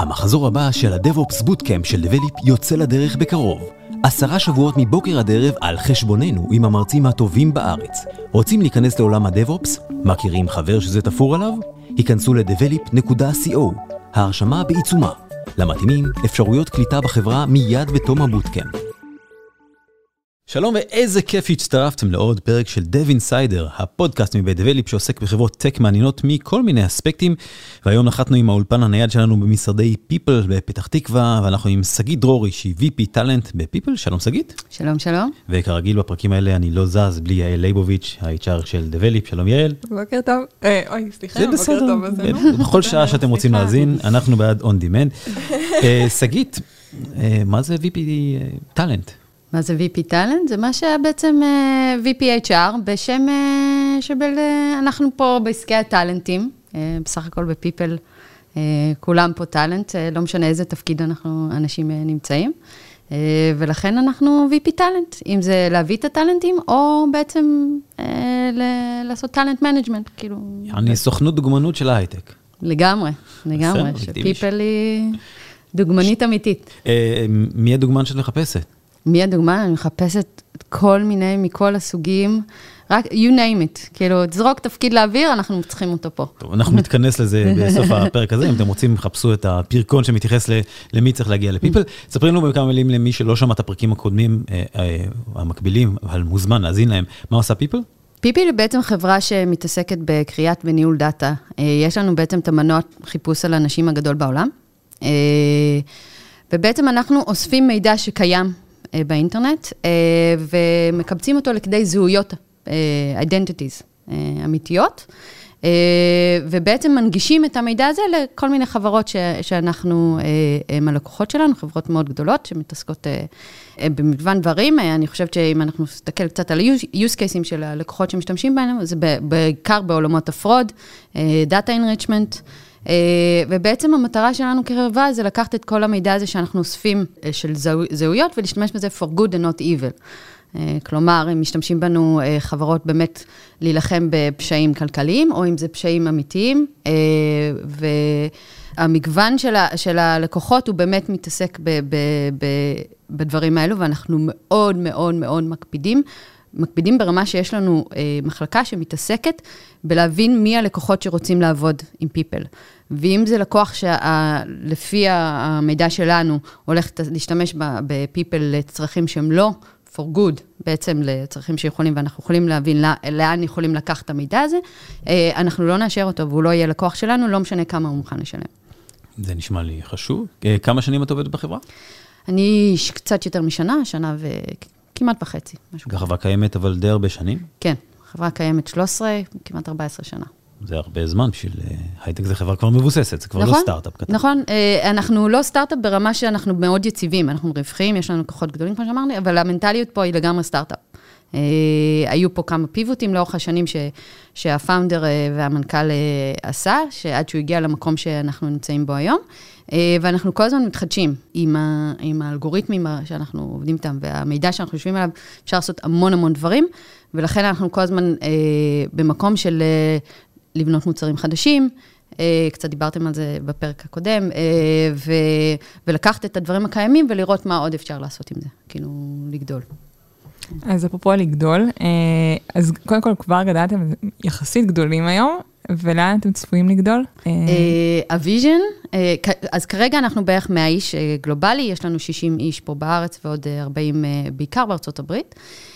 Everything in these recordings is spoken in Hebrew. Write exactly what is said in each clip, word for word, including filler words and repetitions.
המחזור הבא של ה-DevOps Bootcamp של Develop יוצא לדרך בקרוב. עשרה שבועות מבוקר עד ערב על חשבוננו עם המרצים הטובים בארץ. רוצים להיכנס לעולם ה-DevOps? מכירים חבר שזה תפור עליו? היכנסו ל-develop נקודה co. ההרשמה בעיצומה. למתאימים, אפשרויות קליטה בחברה מיד בתום הבוטקאמפ. שלום ואיזה כיף הצטרפתם לעוד פרק של Dev Insider, הפודקאסט מבית Develop שעוסק בחברות טק מעניינות מכל מיני אספקטים, והיום נחתנו עם האולפן הנייד שלנו במשרדי People בפתח תקווה, ואנחנו עם שגית דרורי שהיא וי פי טלנט ב-People. שלום שגית. שלום שלום. וכרגיל בפרקים האלה אני לא זז בלי יעל ליבוביץ', ה-אייץ' אר של Develop. שלום יעל. בוקר טוב. אוי, סליחה, בוקר טוב. בכל שעה שאתם רוצים להאזין, אנחנו בעד on demand. שגית, מה זה וי פי טלנט? מה זה וי פי טלנט? זה מה שהיה בעצם וי פי אייץ' אר, בשם שאנחנו פה בעסקי הטלנטים, בסך הכל בפיפל, כולם פה טלנט, לא משנה איזה תפקיד אנחנו, אנשים נמצאים, ולכן אנחנו וי פי טלנט, אם זה להביא את הטלנטים, או בעצם לעשות טלנט מנג'מנט, כאילו. אני סוכנות דוגמנות של ההייטק. לגמרי, לגמרי, שפיפל היא דוגמנית אמיתית. מי הדוגמן שאת מחפשת? מי הדוגמה? אני מחפשת כל מיני, מכל הסוגים, רק, you name it, כאילו, תזרוק תפקיד לאוויר, אנחנו צריכים אותו פה. טוב, אנחנו נתכנס לזה בסוף הפרק הזה, אם אתם רוצים, חפשו את הפרקון שמתייחס למי צריך להגיע לפיפל. ספרים לנו בכמה מילים למי שלא שמע את הפרקים הקודמים, המקבילים, אבל מוזמן להזין להם. מה עושה פיפל? פיפל היא בעצם חברה שמתעסקת בקריאת וניהול דאטה. יש לנו בעצם את המנוע חיפוש על האנשים הגדול בעולם, ובעצם אנחנו אוספים מידע שקיים, באינטרנט, ומקבצים אותו לכדי זהויות, identities אמיתיות, ובעצם מנגישים את המידע הזה לכל מיני חברות שאנחנו, הם הלקוחות שלנו, חברות מאוד גדולות, שמתעסקות במגוון דברים. אני חושבת שאם אנחנו נסתכל קצת על ה-use cases של הלקוחות שמשתמשים בהם, זה בעיקר בעולמות הפרוד, data enrichment, ובעצם המטרה שלנו כחברה זה לקחת את כל המידע הזה שאנחנו אוספים של זהויות, ולהשתמש בזה for good and not evil. כלומר, הם משתמשים בנו חברות באמת להילחם בפשעים כלכליים, או אם זה פשעים אמיתיים, והמגוון של הלקוחות הוא באמת מתעסק בדברים האלו, ואנחנו מאוד מאוד מאוד מקפידים, מקפידים ברמה שיש לנו מחלקה שמתעסקת בלהבין מי הלקוחות שרוצים לעבוד עם פיפל. ואם זה לקוח שלפי המידע שלנו הולך להשתמש בפיפל לצרכים שהם לא for good, בעצם לצרכים שיכולים, ואנחנו יכולים להבין לאן יכולים לקחת את המידע הזה, אנחנו לא נאשר אותו והוא לא יהיה לקוח שלנו, לא משנה כמה הוא מוכן לשלם. זה נשמע לי חשוב. כמה שנים את עובדת בחברה? אני קצת יותר משנה, שנה ו... כמעט וחצי. חברה קיימת, אבל די הרבה שנים? כן, חברה קיימת שלוש עשרה, כמעט ארבע עשרה שנה. זה הרבה זמן, בשביל הייטק זה חברה כבר מבוססת, זה כבר לא סטארט-אפ קטן. נכון, אנחנו לא סטארט-אפ ברמה שאנחנו מאוד יציבים, אנחנו רווחים, יש לנו כוחות גדולים, כמו שאמרנו, אבל המנטליות פה היא לגמרי סטארט-אפ. היו פה כמה פיבוטים לאורך השנים שהפאונדר והמנכ"ל עשה, שעד שהוא הגיע למקום שאנחנו נמצאים בו היום, ואנחנו כל הזמן מתחדשים עם, ה, עם האלגוריתמים שאנחנו עובדים איתם, והמידע שאנחנו יושבים עליו, אפשר לעשות המון המון דברים, ולכן אנחנו כל הזמן אה, במקום של אה, לבנות מוצרים חדשים, אה, קצת דיברתם על זה בפרק הקודם, אה, ו, ולקחת את הדברים הקיימים, ולראות מה עוד אפשר לעשות עם זה, כאילו לגדול. אז אפרופו לגדול, אז קודם כל כבר גדלתם יחסית גדולים היום, ולאן אתם צפויים לגדול? הוויז'ן, אז כרגע אנחנו בערך מאה איש גלובלי, יש לנו שישים איש פה בארץ ועוד ארבעים בעיקר בארצות הברית,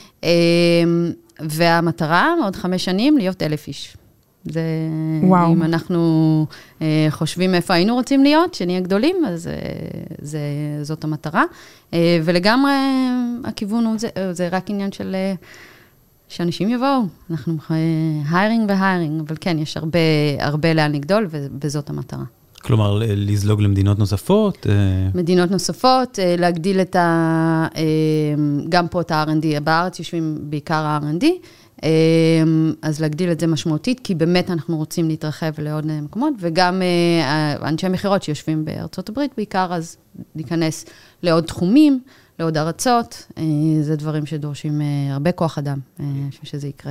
והמטרה עוד חמש שנים להיות אלף איש. זה, וואו. אם אנחנו חושבים איפה היינו רוצים להיות, שנהיה גדולים, אז זה, זאת המטרה. ולגמרי הכיוון הוא, זה, זה רק עניין של... שאנשים יבואו, אנחנו היירינג והיירינג, אבל כן, יש הרבה, הרבה לאן לגדול, וזאת המטרה. כלומר, לזלוג למדינות נוספות? מדינות נוספות, להגדיל את ה... גם פה את ה-אר אנד די, בארץ יושבים בעיקר ה-אר אנד די, אז להגדיל את זה משמעותית, כי באמת אנחנו רוצים להתרחב לעוד מקומות, וגם אנשי מחירות שיושבים בארצות הברית בעיקר, אז להיכנס לעוד תחומים, לעוד ארצות, זה דברים שדורשים הרבה כוח אדם, שזה יקרה.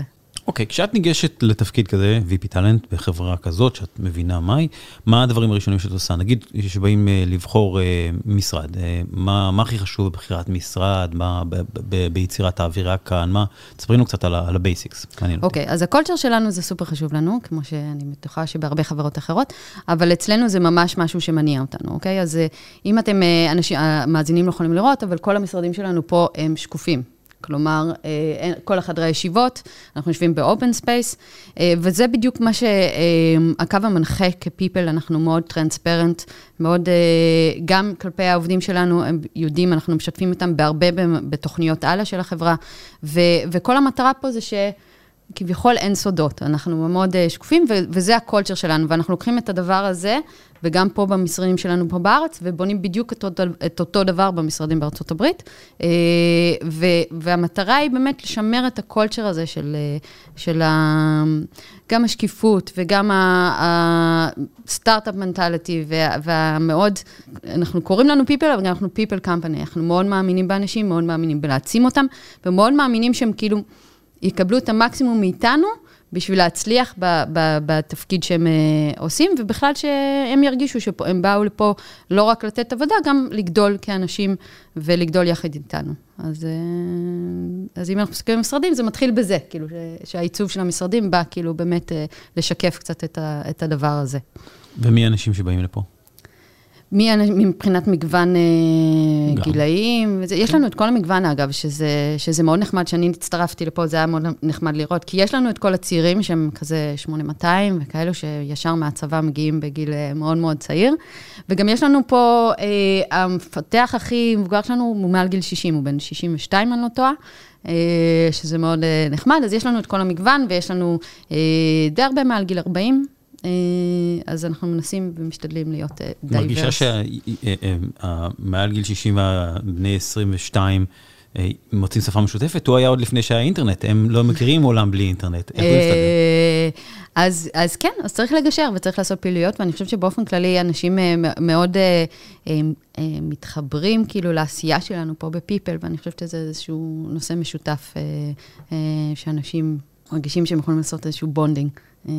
אוקיי, כשאת ניגשת לתפקיד כזה, וי פי טלנט, בחברה כזאת, שאת מבינה מהי, מה הדברים הראשונים שאת עושה? נגיד, שבאים לבחור משרד, מה, מה הכי חשוב בבחירת משרד, מה ביצירת האווירה כאן, מה? תספרינו קצת על הבייסיקס. אוקיי, אז הקולצ'ר שלנו זה סופר חשוב לנו, כמו שאני בטוחה שבהרבה חברות אחרות, אבל אצלנו זה ממש משהו שמניע אותנו, אוקיי? אז אם אתם, אנשים, המאזינים לא יכולים לראות, אבל כל המשרדים שלנו פה הם שקופים. כלומר, כל החדרי הישיבות, אנחנו יושבים באופן ספייס, וזה בדיוק מה שהקו המנחה כפיפל, אנחנו מאוד טרנספרנט, מאוד, גם כלפי העובדים שלנו, הם יודעים, אנחנו משתפים אותם בהרבה בתוכניות הלאה של החברה, וכל המטרה פה זה ש... כביכול אין סודות, אנחנו מאוד שקופים, וזה הקולצ'ר שלנו, ואנחנו לוקחים את הדבר הזה, וגם פה במשרדים שלנו פה בארץ, ובונים בדיוק את אותו, את אותו דבר במשרדים בארצות הברית, ו, והמטרה היא באמת לשמר את הקולצ'ר הזה של, של ה, גם השקיפות, וגם הסטארט-אפ מנטליטי, והמאוד, אנחנו קוראים לנו people, אבל גם אנחנו people company, אנחנו מאוד מאמינים באנשים, מאוד מאמינים בלהעצים אותם, ומאוד מאמינים שהם כאילו, יקבלו את המקסימום מאיתנו, בשביל להצליח ב- ב- בתפקיד שהם uh, עושים, ובכלל שהם ירגישו שהם באו לפה לא רק לתת עבודה, גם לגדול כאנשים, ולגדול יחד איתנו. אז, uh, אז אם אנחנו מסתכלים במשרדים, זה מתחיל בזה, כאילו, ש- שהעיצוב של המשרדים בא, כאילו, באמת uh, לשקף קצת את, ה- את הדבר הזה. ומי האנשים שבאים לפה? מי, מבחינת מגוון גילאים, יש לנו את כל המגוון אגב, שזה, שזה מאוד נחמד, שאני הצטרפתי לפה, זה היה מאוד נחמד לראות, כי יש לנו את כל הצעירים שהם כזה שמונה מאתיים, וכאלו שישר מהצבא מגיעים בגיל מאוד מאוד צעיר, וגם יש לנו פה, אה, המפתח הכי מבוגר שלנו, הוא מעל גיל שישים, הוא בן שישים ושתיים, אני לא טועה, שזה מאוד נחמד, אז יש לנו את כל המגוון, ויש לנו אה, די הרבה מעל גיל ארבעים, אז אנחנו מנסים ומשתדלים להיות דייברס. מרגישה שמעל גיל שישים ובני עשרים ושתיים מוצאים שפה משותפת, הוא היה עוד לפני שהיה אינטרנט, הם לא מכירים עולם בלי אינטרנט. איך הוא יסתדר? אז, אז כן, אז צריך לגשר וצריך לעשות פעילויות, ואני חושבת שבאופן כללי אנשים מאוד מתחברים כאילו לעשייה שלנו פה בפיפל, ואני חושבת שזה איזשהו נושא משותף שאנשים מרגישים שהם יכולים לעשות איזשהו בונדינג.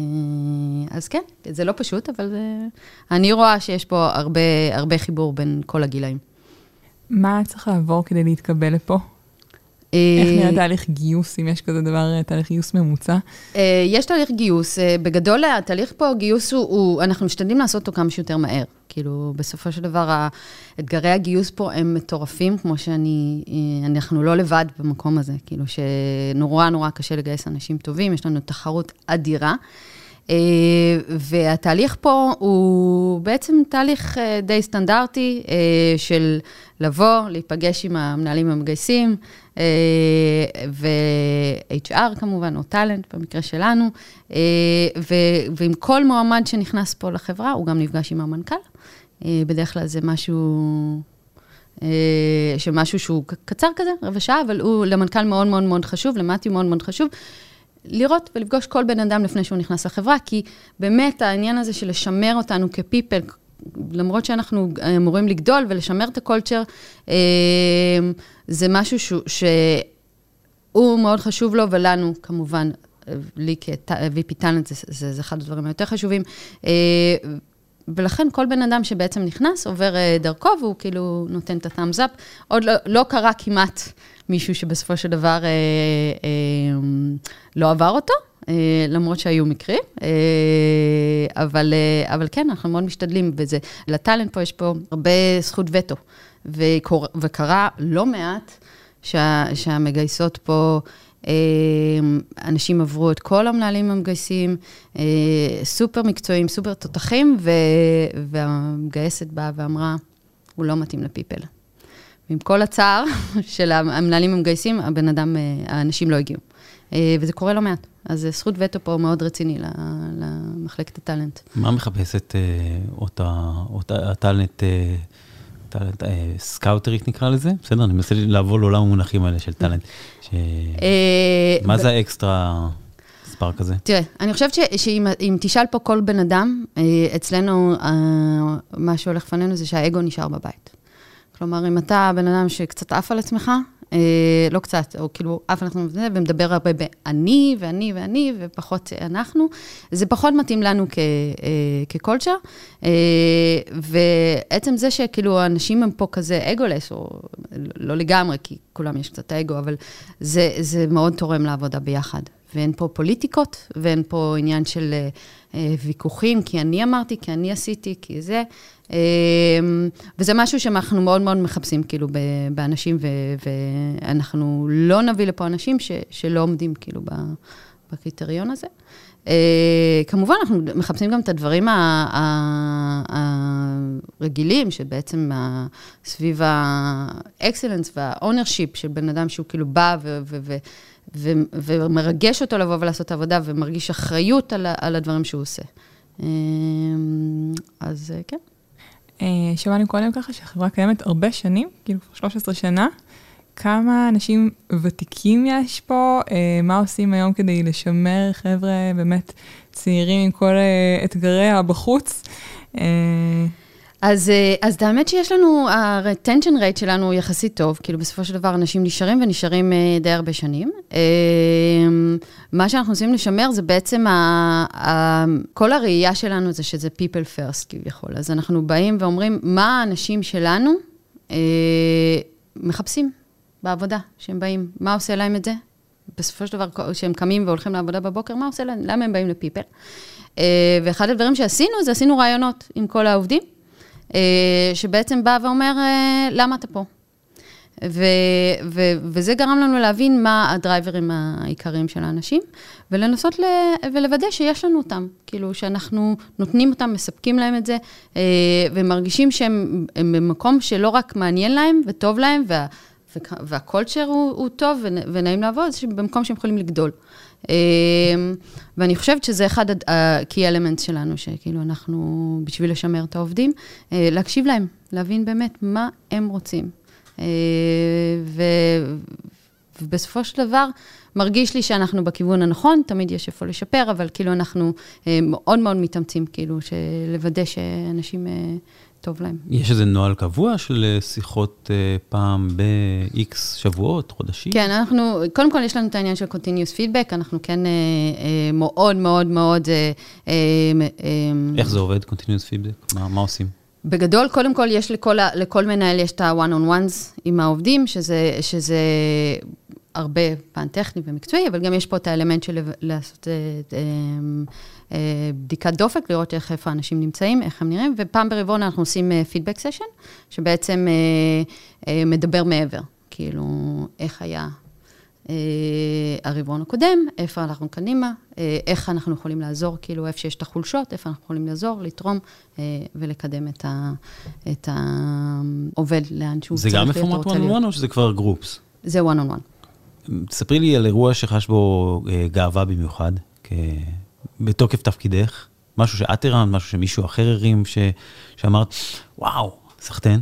אז כן, זה לא פשוט, אבל אני רואה שיש פה הרבה, הרבה חיבור בין כל הגילאים. מה צריך לעבור כדי להתקבל לפה? איך נראה תהליך גיוס, אם יש כזה דבר, תהליך גיוס ממוצע? יש תהליך גיוס. בגדול, התהליך פה, גיוס הוא, אנחנו משתדלים לעשות אותו כמה שיותר מהר. כאילו, בסופו של דבר, אתגרי הגיוס פה הם מטורפים, כמו שאני, אנחנו לא לבד במקום הזה. כאילו, שנורא נורא קשה לגייס אנשים טובים, יש לנו תחרות אדירה. והתהליך פה הוא בעצם תהליך די סטנדרטי של לבוא, להיפגש עם המנהלים המגייסים, ו-אייץ' אר כמובן, או טלנט במקרה שלנו, ועם כל מועמד שנכנס פה לחברה, הוא גם נפגש עם המנכ"ל. בדרך כלל זה משהו, שמשהו שהוא קצר כזה, רבע שעה, אבל הוא למנכ"ל מאוד מאוד מאוד חשוב, למתי מאוד מאוד חשוב, לראות ולפגוש כל בן אדם לפני שהוא נכנס לחברה, כי באמת העניין הזה של לשמר אותנו כפיפל, למרות שאנחנו אמורים לגדול ולשמר את הקולצ'ר, זה משהו שהוא מאוד חשוב לו, ולנו כמובן, לי כ-וי פי טלנט, זה, זה אחד הדברים היותר חשובים, ולכן כל בן אדם שבעצם נכנס, עובר דרכו, והוא כאילו נותן את ה-thumbs up, עוד לא, לא קרה כמעט מישהו שבסופו של דבר אה, אה, לא עבר אותו, אה, למרות שהיו מקרים, אה, אבל, אה, אבל כן, אנחנו מאוד משתדלים, וזה, לטלנט פה יש פה הרבה זכות וטו, וקור, וקרה לא מעט שה, שהמגייסות פה, אנשים עברו את כל המנהלים המגייסים, סופר מקצועיים, סופר תותחים, והמגייסת באה ואמרה, הוא לא מתאים לפיפל. ועם כל הצער של המנהלים המגייסים, הבן אדם, האנשים לא הגיעו. וזה קורה לא מעט. אז זכות וטו פה מאוד רציני למחלקת הטלנט. מה מחפשת אותה, אותה הטלנט, סקאוטרית נקרא לזה? בסדר, אני מנסה לעבור לעולם המונחים האלה של טלנט. מה זה האקסטרה ספר כזה? תראה, אני חושבת שאם תשאל פה כל בן אדם, אצלנו מה שהולך לפנינו זה שהאגו נשאר בבית. כלומר, אם אתה בן אדם שקצת עף על עצמך, לא קצת, או כאילו, אף אנחנו ומדבר הרבה באני, ואני, ואני, ופחות אנחנו. זה פחות מתאים לנו כקולצ'ר, ועצם זה שכאילו האנשים הם פה כזה אגולס, או לא לגמרי, כי כולם יש קצת אגו, אבל זה, זה מאוד תורם לעבודה ביחד. ואין פה פוליטיקות, ואין פה עניין של ויכוחים, כי אני אמרתי, כי אני עשיתי, כי זה... וזה משהו שאנחנו מאוד מאוד מחפשים כאילו באנשים, ואנחנו לא נביא לפה אנשים שלא עומדים כאילו בקריטריון הזה. כמובן, אנחנו מחפשים גם את הדברים הרגילים, שבעצם סביב האקסלנס והאונרשיפ של בן אדם שהוא כאילו בא ומרגש אותו לבוא ולעשות את העבודה, ומרגיש אחריות על הדברים שהוא עושה. אז כן. שמענו קודם ככה שהחברה קיימת הרבה שנים, כאילו שלוש עשרה שנה. כמה אנשים ותיקים יש פה? מה עושים היום כדי לשמר חבר'ה באמת צעירים עם כל אתגריה בחוץ? אז, אז האמת שיש לנו, ה-retention rate שלנו הוא יחסית טוב, כאילו בסופו של דבר אנשים נשארים ונשארים די הרבה שנים. מה שאנחנו עושים לשמר זה בעצם, ה, ה, כל הראייה שלנו זה שזה people first כביכול. אז אנחנו באים ואומרים, מה האנשים שלנו מחפשים בעבודה שהם באים? מה עושה להם את זה? בסופו של דבר, שהם קמים והולכים לעבודה בבוקר, מה עושה להם? למה הם באים לפיפל? ואחד הדברים שעשינו, זה עשינו רעיונות עם כל העובדים, שבעצם בא ואומר, למה אתה פה? ו- ו- וזה גרם לנו להבין מה הדרייברים העיקריים של האנשים, ולנסות ל- ולוודא שיש לנו אותם, כאילו שאנחנו נותנים אותם, מספקים להם את זה, ומרגישים שהם במקום שלא רק מעניין להם וטוב להם, וה- והקולצ'ר הוא, הוא טוב ונעים לעבוד, במקום שהם יכולים לגדול. ואני חושבת שזה אחד ה-key elements שלנו, שכאילו אנחנו, בשביל לשמר את העובדים, להקשיב להם, להבין באמת מה הם רוצים. ובסופו של דבר, מרגיש לי שאנחנו בכיוון הנכון, תמיד יש איפה לשפר, אבל כאילו אנחנו מאוד מאוד מתאמצים, כאילו, לוודא שאנשים טוב להם. יש איזה נוהל קבוע של שיחות פעם ב-X שבועות, חודשים? כן, אנחנו, קודם כל יש לנו את העניין של continuous feedback, אנחנו כן מאוד מאוד מאוד... איך זה עובד, continuous feedback? מה, מה עושים? בגדול, קודם כל, יש לכל, לכל מנהל יש את ה-one-on-ones עם העובדים, שזה, שזה הרבה פן טכני ומקצועי, אבל גם יש פה את האלמנט של לעשות בדיקת דופק, לראות איך איפה האנשים נמצאים, איך הם נראים, ופעם ברבעון אנחנו עושים פידבק סשן, שבעצם מדבר מעבר, כאילו, איך היה הרבעון הקודם, איפה אנחנו קדימה, איך אנחנו יכולים לעזור, כאילו איפה שיש את החולשות, איפה אנחנו יכולים לעזור, לתרום ולקדם את, ה, את העובד לאן שהוא צריך. זה גם בפורמט one on one או שזה כבר גרופס? זה one on one. תספרי לי על אירוע שחש בו גאווה במיוחד, בתוקף תפקידך, משהו שאת הרמת, משהו שמישהו אחר הרים, שאמרת, וואו, סחטן.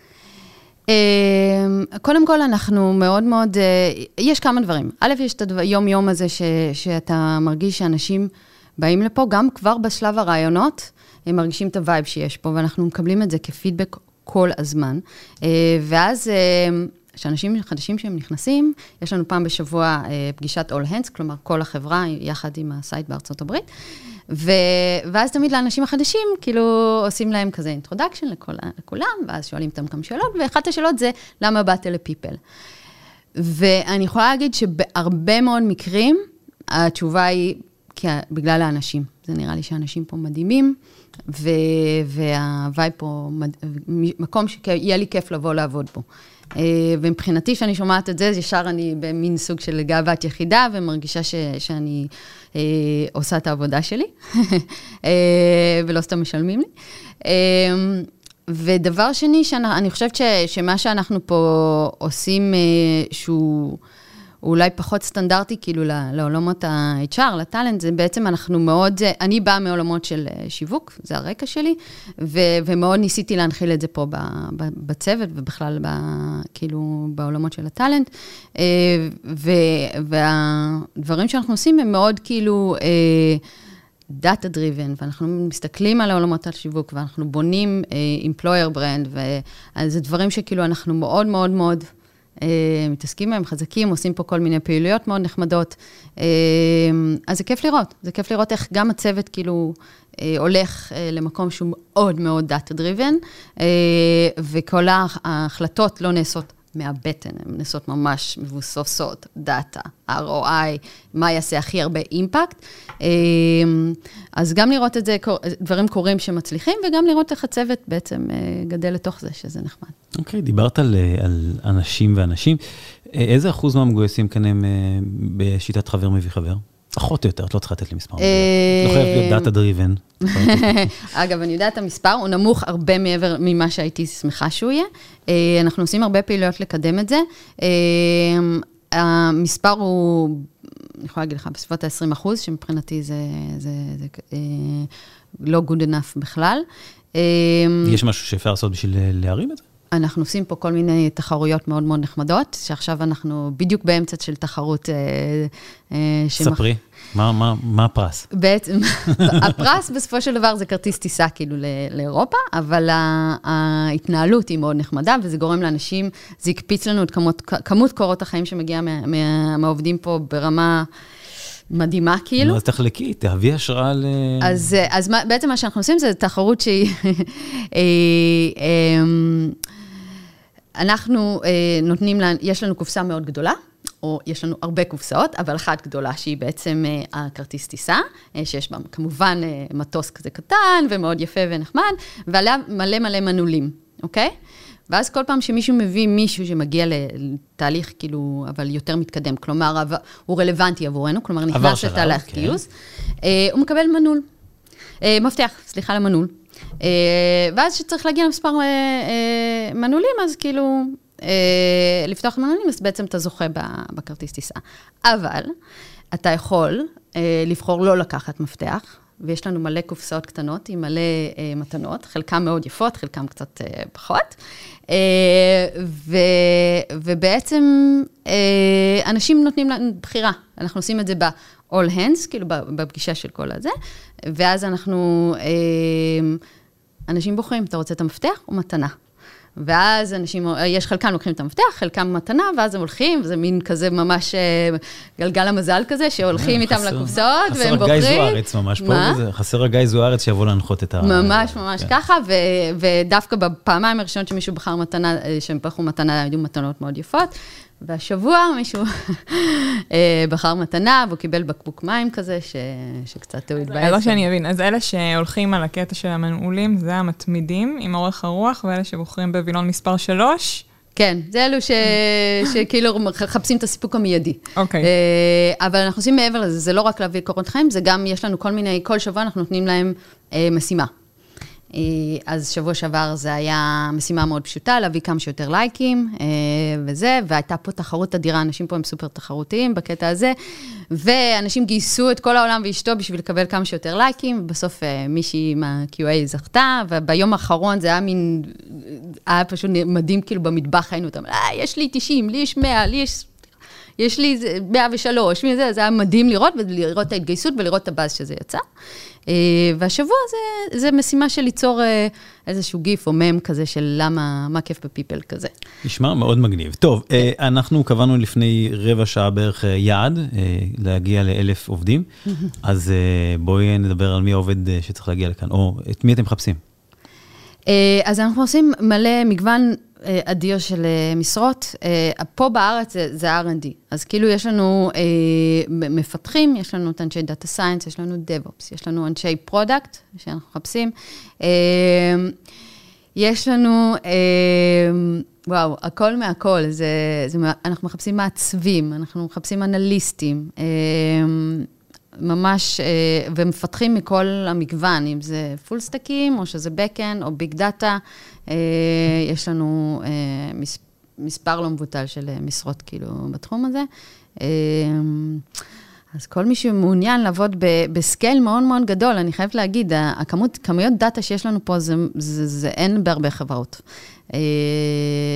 קודם כל, אנחנו מאוד מאוד, יש כמה דברים. א', יש את היום-יום הזה שאתה מרגיש שאנשים באים לפה, גם כבר בשלב הרעיונות, הם מרגישים את הווייב שיש פה, ואנחנו מקבלים את זה כפידבק כל הזמן. ואז, שאנשים חדשים שהם נכנסים, יש לנו פעם בשבוע פגישת all hands, כלומר, כל החברה יחד עם הסייט בארצות הברית, ו... ואז תמיד לאנשים החדשים, כאילו, עושים להם כזה אינטרודקשן לכול... לכולם, ואז שואלים אותם כמה שאלות, ואחת השאלות זה, למה באת לפיפל? ואני יכולה להגיד שבהרבה מאוד מקרים, התשובה היא, כי... בגלל האנשים. זה נראה לי שאנשים פה מדהימים, ו... והוואי פה, מד... מקום שיהיה לי כיף לבוא לעבוד פה. ומבחינתי שאני שומעת את זה, ישר אני במין סוג של גאוות יחידה, ומרגישה ש, שאני אה, עושה את העבודה שלי, ולא סתם משלמים לי. אה, ודבר שני, שאני, אני חושבת ש, שמה שאנחנו פה עושים, אה, שהוא אולי פחות סטנדרטי, כאילו לעולמות ה-אייץ' אר, לטלנט, זה בעצם אנחנו מאוד, אני באה מעולמות של שיווק, זה הרקע שלי, ו, ומאוד ניסיתי להנחיל את זה פה בצוות, ובכלל ב, כאילו בעולמות של הטלנט, ו, והדברים שאנחנו עושים הם מאוד כאילו דאטה דריבן, ואנחנו מסתכלים על העולמות השיווק, ואנחנו בונים employer brand, וזה דברים שכאילו אנחנו מאוד מאוד מאוד מתעסקים בהם, חזקים, עושים פה כל מיני פעילויות מאוד נחמדות. אז זה כיף לראות, זה כיף לראות איך גם הצוות כאילו הולך למקום שהוא מאוד מאוד data-driven, וכל ההחלטות לא נעשות מהבטן, הן נעשות ממש מבוססות, דאטה, אר או איי, מה יעשה הכי הרבה אימפקט. אז גם לראות את זה, דברים קורים שמצליחים, וגם לראות איך הצוות בעצם גדל לתוך זה, שזה נחמד. אוקיי, דיברת על, על אנשים ואנשים. איזה אחוז מהמגויסים כאן הם בשיטת חבר מביא חבר? פחות או יותר, את לא צריכה לתת לי מספר. לא חייב להיות דאטה דריבן. אגב, אני יודעת את המספר, הוא נמוך הרבה מעבר ממה שהייתי שמחה שהוא יהיה. אנחנו עושים הרבה פעילויות לקדם את זה. המספר הוא, אני יכולה להגיד לך, בסביבות ה-עשרים אחוז, שמבחינתי זה לא good enough בכלל. יש משהו שאפשר לעשות בשביל להרים את זה? אנחנו עושים פה כל מיני תחרויות מאוד מאוד נחמדות, שעכשיו אנחנו בדיוק באמצע של תחרות. ספרי, מה, מה, מה הפרס? בעצם, הפרס בסופו של דבר זה כרטיס טיסה כאילו לאירופה, אבל ההתנהלות היא מאוד נחמדה, וזה גורם לאנשים, זה יקפיץ לנו את כמות, כמות קורות החיים שמגיעה מה, מהעובדים פה ברמה מדהימה, כאילו. אז תחלקי, תהביא השראה ל... אז, אז בעצם מה שאנחנו עושים זה תחרות שהיא... אנחנו נותנים לה, יש לנו קופסה מאוד גדולה, או יש לנו הרבה קופסאות, אבל אחת גדולה שהיא בעצם הכרטיס טיסה, שיש בה כמובן מטוס כזה קטן ומאוד יפה ונחמד, ועליה מלא מלא מנעולים, אוקיי? ואז כל פעם שמישהו מביא מישהו שמגיע לתהליך כאילו, אבל יותר מתקדם, כלומר, הוא רלוונטי עבורנו, כלומר, נכנס לתהליך גיוס, הוא מקבל מנעול, מפתח, סליחה למנעול. ואז שצריך להגיע למספר מנעולים, אז כאילו, לפתוח מנעולים, אז בעצם אתה זוכה בכרטיס טיסה. אבל אתה יכול לבחור לא לקחת מפתח, ויש לנו מלא קופסאות קטנות עם מלא מתנות, חלקם מאוד יפות, חלקם קצת פחות. ובעצם אנשים נותנים לנו בחירה. אנחנו עושים את זה ב-all hands, כאילו בפגישה של כל הזה, ואז אנחנו, אנשים בוחרים, אתה רוצה את המפתח או מתנה? ואז אנשים, יש חלקם לוקחים את המפתח, חלקם מתנה, ואז הם הולכים, וזה מין כזה ממש גלגל המזל כזה, שהולכים איתם לקופסאות, והם בוחרים. חסר הגיא זוארץ ממש פה, חסר הגיא זוארץ שיבוא להנחות את ה... ממש ממש ככה, ודווקא בפעמיים הראשונות שמישהו בחר מתנה, שהם בחרו מתנה, היו מתנות מאוד יפות, והשבוע מישהו בחר מתנה, והוא קיבל בקבוק מים כזה, שקצת הוא התבאס. אז לא שאני אבין, אז אלה שהולכים על הקטע של המנעולים, זה המתמידים עם אורך הרוח, ואלה שבוחרים בווילון מספר שלוש? כן, זה אלו שכאילו מחפשים את הסיפוק המיידי. אוקיי. אבל אנחנו עושים מעבר לזה, זה לא רק להביא קורות חיים, זה גם, יש לנו כל מיני, כל שבוע אנחנו נותנים להם משימה. אז שבוע שעבר זה היה משימה מאוד פשוטה, להביא כמה שיותר לייקים וזה, והייתה פה תחרות אדירה, אנשים פה הם סופר תחרותיים בקטע הזה, ואנשים גייסו את כל העולם ואשתו בשביל לקבל כמה שיותר לייקים, ובסוף מישהי מה-קיו איי זכתה, וביום האחרון זה היה מין, היה פשוט מדהים כאילו במטבח, היינו אותם, יש לי תשעים, לי יש מאה, לי יש... יש לי מאה ושלוש, זה, זה היה מדהים לראות, ולראות את ההתגייסות ולראות את הבאז שזה יצא. והשבוע זה, זה משימה של ליצור איזשהו גיף או מם כזה של למה, מה כיף בפיפל כזה. נשמע מאוד מגניב. טוב, אנחנו קבענו לפני רבע שעה בערך יעד, להגיע לאלף עובדים, אז בואי נדבר על מי העובד שצריך להגיע לכאן, או את מי אתם מחפשים? אז אנחנו עושים מלא מגוון אדיר של משרות. פה בארץ זה אר אנד די. אז כאילו יש לנו מפתחים, יש לנו את אנשי דאטה סיינס, יש לנו דב-אופס, יש לנו אנשי פרודקט שאנחנו מחפשים. יש לנו, וואו, הכל מהכל. זה, זה, אנחנו מחפשים מעצבים, אנחנו מחפשים אנליסטים, ממש, ומפתחים מכל המגוון, אם זה פול סטקים, או שזה בקן, או ביג דאטה. יש לנו מספר לא מבוטל של משרות כאילו בתחום הזה. אז כל מי שמעוניין לעבוד בסקייל מאוד מאוד גדול, אני חייבת להגיד, הכמות, כמויות דאטה שיש לנו פה, זה, זה, זה אין בהרבה חברות.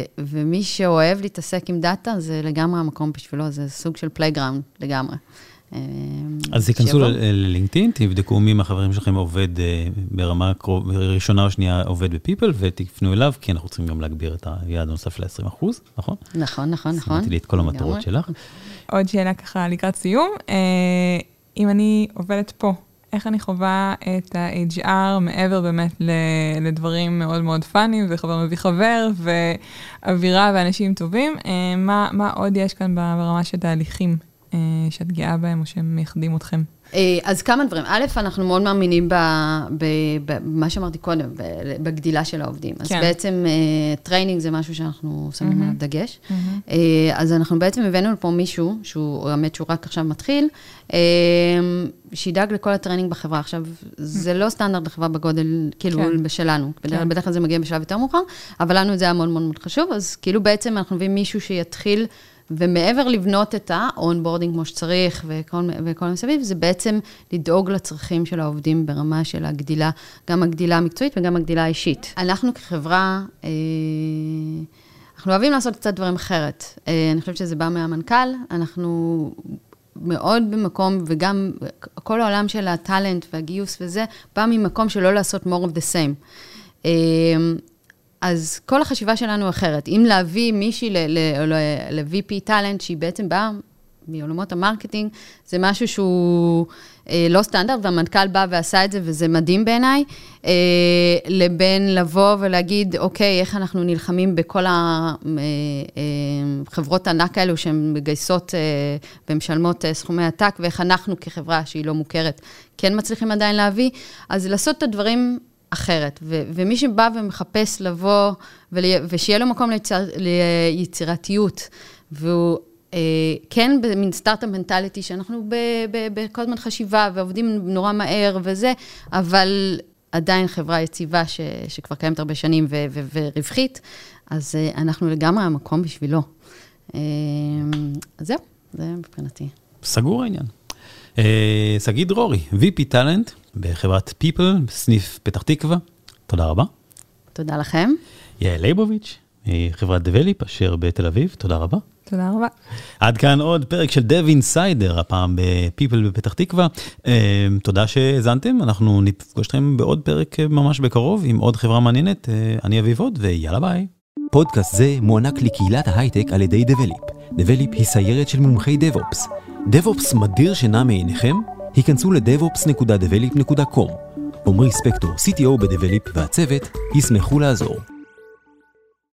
ומי שאוהב להתעסק עם דאטה, זה לגמרי המקום בשבילו, זה סוג של פלייגראונד לגמרי. אז תיכנסו ללינקדאין, תבדקו מי מהחברים שלכם עובד ברמה ראשונה או שנייה עובד בפיפל, ותפנו אליו, כי אנחנו צריכים גם להגביר את היעד הנוסף ל-עשרים אחוז, נכון? נכון, נכון, נכון. שמעתי לי את כל המטרות שלך. עוד שאלה ככה לקראת סיום, אם אני עובדת פה, איך אני חווה את ה-אייץ' אר מעבר באמת לדברים מאוד מאוד פאניים, וחבר מביא חבר, ואווירה ואנשים טובים, מה, מה עוד יש כאן ברמה של תהליכים שאת גאה בהם או שהם מייחדים אתכם? אז כמה דברים. א', אנחנו מאוד מאמינים במה שאמרתי קודם, בגדילה של העובדים. אז בעצם טריינינג זה משהו שאנחנו שמים עליו דגש. אז אנחנו בעצם הבאנו לפה מישהו, שהוא האמת שהוא רק עכשיו מתחיל, שידאג לכל הטריינינג בחברה. עכשיו, זה לא סטנדרט בחברה בגודל, כאילו, בשלנו. בדרך כלל זה מגיע בשלב יותר מאוחר, אבל לנו זה היה מאוד מאוד חשוב. אז כאילו בעצם אנחנו מביאים מישהו שיתחיל ומעבר לבנות את ה-onboarding כמו שצריך וכל, וכל מסביב, זה בעצם לדאוג לצרכים של העובדים ברמה של הגדילה, גם הגדילה המקצועית וגם הגדילה האישית. אנחנו כחברה, אה, אנחנו אוהבים לעשות קצת דברים אחרת. אה, אני חושבת שזה בא מהמנכ"ל, אנחנו מאוד במקום, וגם כל העולם של הטלנט והגיוס וזה, בא ממקום שלא לעשות more of the same. אה, אז כל החשיבה שלנו אחרת. אם להביא מישהי ל-וי פי טלנט, שהיא בעצם באה מעולמות המרקטינג, זה משהו שהוא אה, לא סטנדרט, והמנכ"ל בא ועשה את זה, וזה מדהים בעיניי, אה, לבין לבוא ולהגיד, אוקיי, איך אנחנו נלחמים בכל החברות הענק האלו, שהן מגייסות אה, ומשלמות אה, סכומי עתק, ואיך אנחנו כחברה שהיא לא מוכרת, כן מצליחים עדיין להביא, אז לעשות את הדברים אחרת, ו- ומי שבא ומחפש לבוא, ול- ושיהיה לו מקום ליציר- ליצירתיות, והוא אה, כן במין סטארט-אפ מנטליטי, שאנחנו בכל זמן חשיבה, ועובדים נורא מהר וזה, אבל עדיין חברה יציבה, ש- שכבר קיימת הרבה שנים, ו- ו- ורווחית, אז אה, אנחנו לגמרי המקום בשבילו. אה, אז זהו, זה מבחינתי. סגור העניין. סגי דרורי, וי פי טלנט בחברת פיפל, סניף פתח תקווה. תודה רבה. תודה לכם. יעל ליבוביץ', חברת דבליפ, אשר בתל אביב. תודה רבה. תודה רבה. עד כאן עוד פרק של דב אינסיידר, הפעם בפיפל בפתח תקווה. תודה שהזנתם, אנחנו נפגוש אתכם בעוד פרק ממש בקרוב, עם עוד חברה מעניינת. אני אביב עוד, ויאללה ביי. פודקאסט זה מוענק לקהילת ההייטק על ידי דבליפ. דבליפ היא סיירת של מומחי דב-אופס. דב-אופס מדיר שינה מעיניכם? היכנסו ל-דב-אופס נקודה דבליפ נקודה קום. עומרי ספקטור, סי טי או בדבליפ והצוות, ישמחו לעזור.